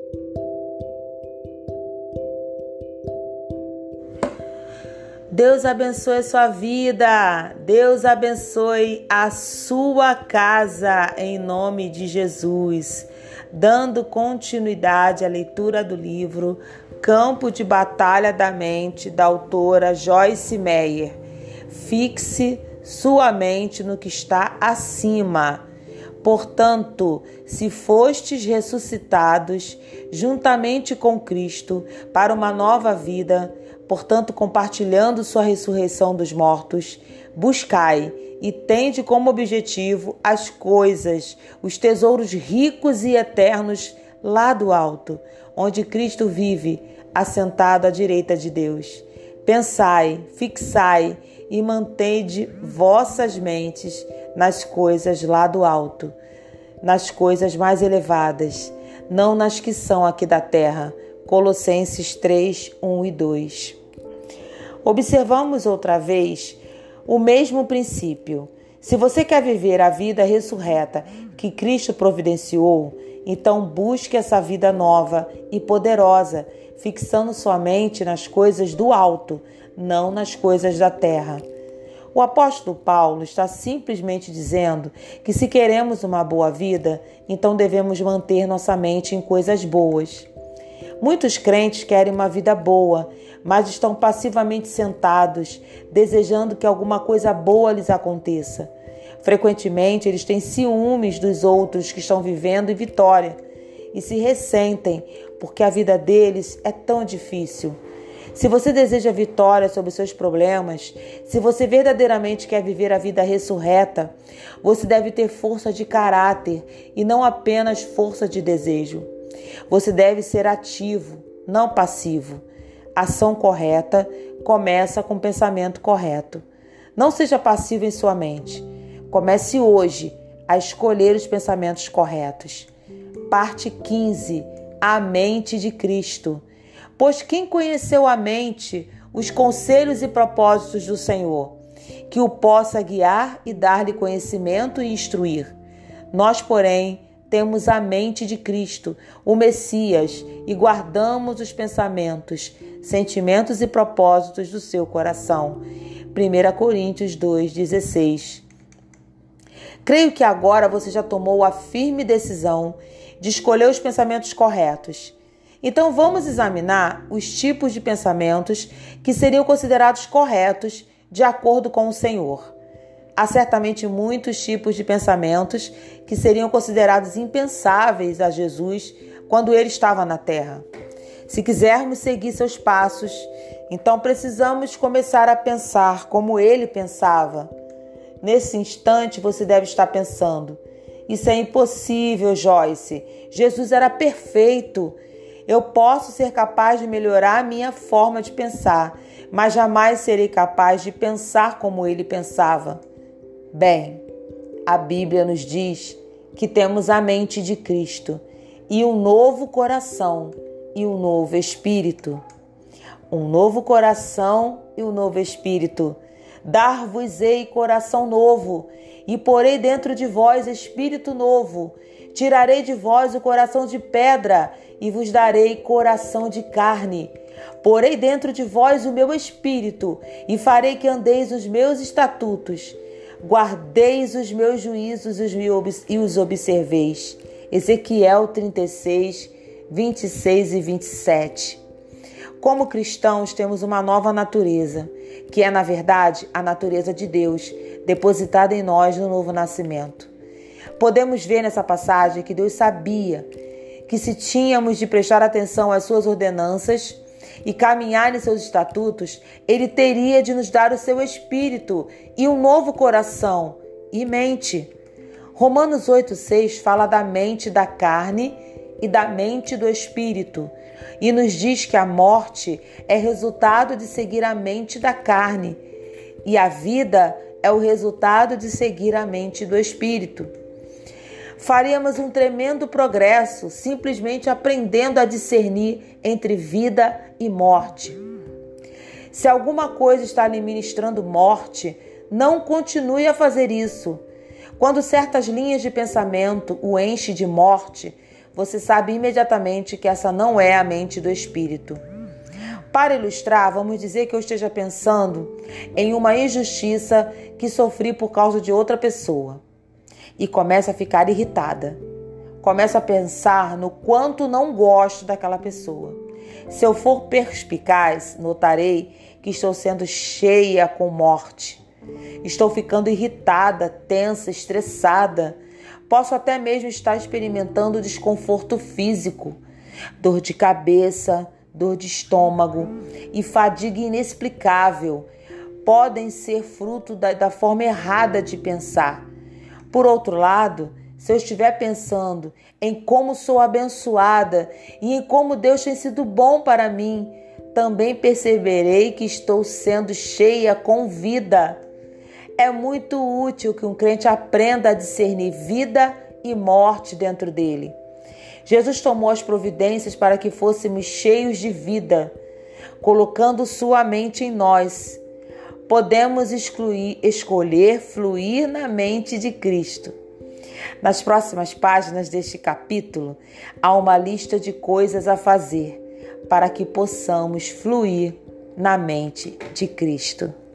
Deus abençoe a sua vida, Deus abençoe a sua casa, em nome de Jesus. Dando continuidade à leitura do livro Campo de Batalha da Mente, da autora Joyce Meyer. Fixe sua mente no que está acima. Portanto, se fostes ressuscitados juntamente com Cristo para uma nova vida, portanto, compartilhando sua ressurreição dos mortos, buscai e tende como objetivo as coisas, os tesouros ricos e eternos lá do alto, onde Cristo vive, assentado à direita de Deus. Pensai, fixai e mantende vossas mentes nas coisas lá do alto, nas coisas mais elevadas, não nas que são aqui da terra. Colossenses 3, 1 e 2. Observamos outra vez o mesmo princípio. Se você quer viver a vida ressurreta que Cristo providenciou, então busque essa vida nova e poderosa, fixando sua mente nas coisas do alto, não nas coisas da terra. O apóstolo Paulo está simplesmente dizendo que se queremos uma boa vida, então devemos manter nossa mente em coisas boas. Muitos crentes querem uma vida boa, mas estão passivamente sentados, desejando que alguma coisa boa lhes aconteça. Frequentemente, eles têm ciúmes dos outros que estão vivendo em vitória e se ressentem porque a vida deles é tão difícil. Se você deseja vitória sobre seus problemas, se você verdadeiramente quer viver a vida ressurreta, você deve ter força de caráter e não apenas força de desejo. Você deve ser ativo, não passivo. Ação correta começa com pensamento correto. Não seja passivo em sua mente. Comece hoje a escolher os pensamentos corretos. Parte 15. A mente de Cristo. Pois quem conheceu a mente, os conselhos e propósitos do Senhor, que o possa guiar e dar-lhe conhecimento e instruir. Nós, porém, temos a mente de Cristo, o Messias, e guardamos os pensamentos, sentimentos e propósitos do seu coração. 1 Coríntios 2,16. Creio que agora você já tomou a firme decisão de escolher os pensamentos corretos. Então vamos examinar os tipos de pensamentos que seriam considerados corretos de acordo com o Senhor. Há certamente muitos tipos de pensamentos que seriam considerados impensáveis a Jesus quando ele estava na terra. Se quisermos seguir seus passos, então precisamos começar a pensar como ele pensava. Nesse instante você deve estar pensando: isso é impossível, Joyce. Jesus era perfeito. Eu posso ser capaz de melhorar a minha forma de pensar, mas jamais serei capaz de pensar como ele pensava. Bem, a Bíblia nos diz que temos a mente de Cristo e um novo coração e um novo espírito. Um novo coração e um novo espírito. Dar-vos-ei coração novo e porei dentro de vós espírito novo. Tirarei de vós o coração de pedra e vos darei coração de carne. Porei dentro de vós o meu espírito e farei que andeis os meus estatutos. Guardeis os meus juízos e os observeis. Ezequiel 36, 26 e 27. Como cristãos, temos uma nova natureza, que é, na verdade, a natureza de Deus, depositada em nós no novo nascimento. Podemos ver nessa passagem que Deus sabia que se tínhamos de prestar atenção às suas ordenanças e caminhar em seus estatutos, Ele teria de nos dar o seu espírito e um novo coração e mente. Romanos 8,6 fala da mente da carne e da mente do espírito e nos diz que a morte é resultado de seguir a mente da carne e a vida é o resultado de seguir a mente do espírito. Faríamos um tremendo progresso simplesmente aprendendo a discernir entre vida e morte. Se alguma coisa está lhe ministrando morte, não continue a fazer isso. Quando certas linhas de pensamento o enchem de morte, você sabe imediatamente que essa não é a mente do Espírito. Para ilustrar, vamos dizer que eu esteja pensando em uma injustiça que sofri por causa de outra pessoa e começo a ficar irritada. Começo a pensar no quanto não gosto daquela pessoa. Se eu for perspicaz, notarei que estou sendo cheia com morte. Estou ficando irritada, tensa, estressada. Posso até mesmo estar experimentando desconforto físico, dor de cabeça, dor de estômago e fadiga inexplicável. Podem ser fruto da forma errada de pensar. Por outro lado, se eu estiver pensando em como sou abençoada e em como Deus tem sido bom para mim, também perceberei que estou sendo cheia com vida. É muito útil que um crente aprenda a discernir vida e morte dentro dele. Jesus tomou as providências para que fôssemos cheios de vida, colocando sua mente em nós. Podemos escolher fluir na mente de Cristo. Nas próximas páginas deste capítulo, há uma lista de coisas a fazer para que possamos fluir na mente de Cristo.